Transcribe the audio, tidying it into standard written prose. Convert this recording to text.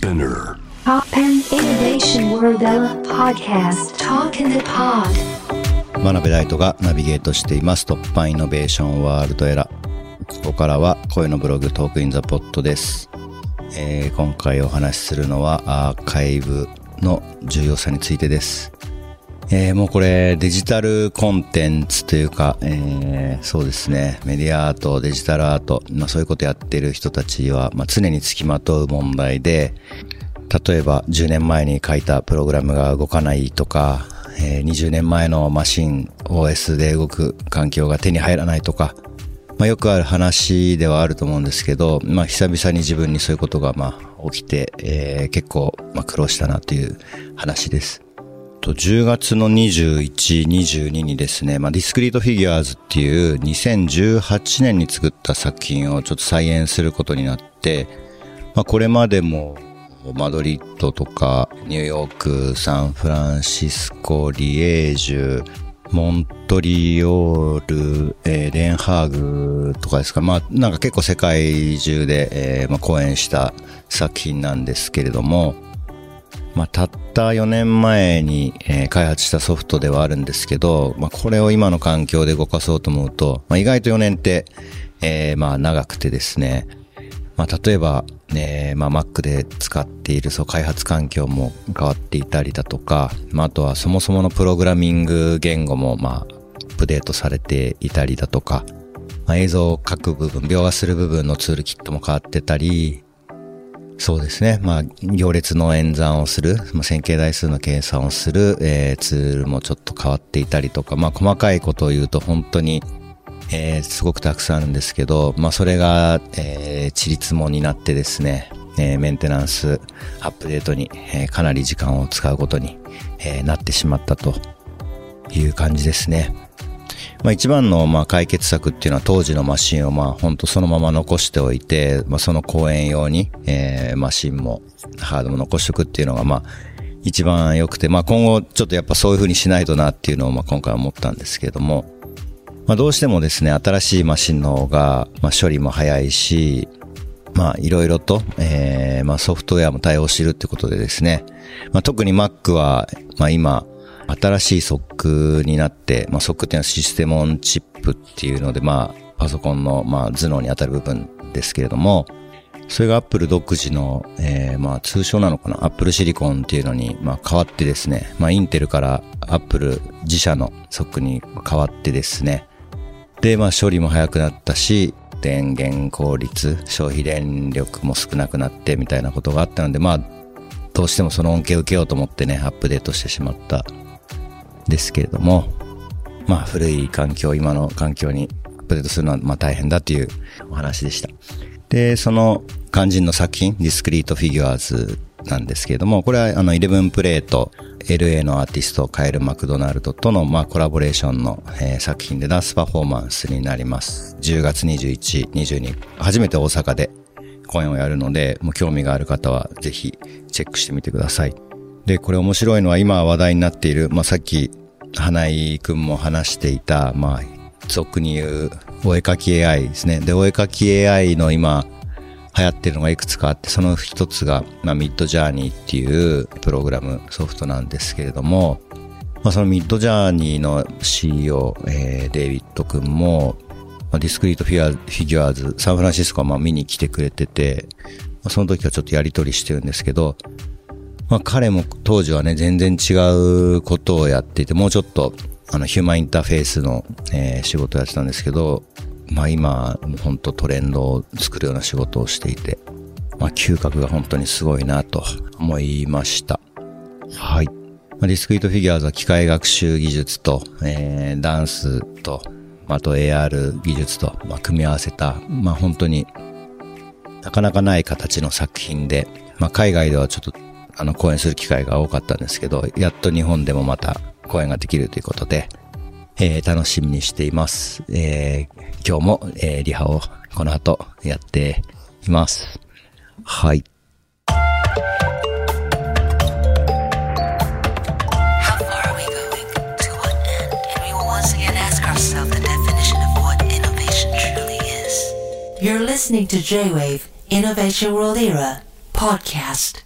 Spinner Poppen Innovation World Ella Podcast Talk in the Pod 真鍋大斗がナビゲートしています突破イノベーションワールドエラ。ここからは声のブログトークインザポッドです。今回お話しするのはアーカイブの重要さについてです。もうこれデジタルコンテンツというか、そうですね、メディアアート、デジタルアート、そういうことやってる人たちは、常につきまとう問題で、例えば10年前に書いたプログラムが動かないとか、20年前のマシン OS で動く環境が手に入らないとか、よくある話ではあると思うんですけど、久々に自分にそういうことが起きて、結構苦労したなという話です。10月の21、22にですね、ディスクリートフィギュアーズっていう2018年に作った作品をちょっと再演することになって、これまでもマドリッドとかニューヨーク、サンフランシスコ、リエージュ、モントリオール、デンハーグとかですか、なんか結構世界中で、公演した作品なんですけれども、たった4年前に、開発したソフトではあるんですけど、これを今の環境で動かそうと思うと、意外と4年って、長くてですね、例えば、Mac で使っている開発環境も変わっていたりだとか、あとはそもそものプログラミング言語もアップデートされていたりだとか、映像を書く部分、描画する部分のツールキットも変わってたり、そうですね。行列の演算をする、線形代数の計算をする、ツールもちょっと変わっていたりとか、細かいことを言うと本当に、すごくたくさんあるんですけど、それが、ちりつもになってですね、メンテナンス、アップデートに、かなり時間を使うことに、なってしまったという感じですね。一番の解決策っていうのは当時のマシンを本当そのまま残しておいて、その公演用に、マシンもハードも残しておくっていうのが一番良くて、今後ちょっとやっぱそういう風にしないとなっていうのを今回思ったんですけれども、どうしてもですね、新しいマシンの方が処理も早いし、いろいろと、ソフトウェアも対応しているってことでですね、特に Mac は今新しい SOC になって、SOC っていうのはシステムオンチップっていうので、パソコンの、頭脳に当たる部分ですけれども、それが Apple 独自の、通称なのかな、Apple シリコンっていうのに、変わってですね、インテルから Apple 自社の SOC に変わってですね、で、処理も早くなったし、電源効率、消費電力も少なくなってみたいなことがあったので、どうしてもその恩恵を受けようと思ってね、アップデートしてしまったですけれども、古い環境、今の環境にアップデートするのは大変だというお話でした。で、その肝心の作品、ディスクリートフィギュアーズなんですけれども、これは11プレイと LA のアーティストカエル・マクドナルドとのコラボレーションの、作品でダンスパフォーマンスになります。10月21、22、初めて大阪で公演をやるので、もう興味がある方はぜひチェックしてみてください。で、これ面白いのは今話題になっている、さっき花井くんも話していた、俗に言うお絵描き AI ですね。で、お絵描き AI の今流行ってるのがいくつかあって、その一つが、ミッドジャーニーっていうプログラムソフトなんですけれども、そのミッドジャーニーの CEO、デイビッド君も、ディスクリートフィギュアーズ、サンフランシスコは見に来てくれてて、その時はちょっとやり取りしてるんですけど、彼も当時はね、全然違うことをやっていて、もうちょっと、ヒューマンインターフェースの、仕事をやってたんですけど、今、本当トレンドを作るような仕事をしていて、嗅覚が本当にすごいなと思いました。はい。ディスクリートフィギュアーズは機械学習技術と、ダンスと、あと AR 技術と、組み合わせた、本当になかなかない形の作品で、海外ではちょっと公演する機会が多かったんですけど、やっと日本でもまた公演ができるということで、楽しみにしています。今日も、リハをこの後やっています。はい。 You're listening to J-Wave Innovation World Era podcast.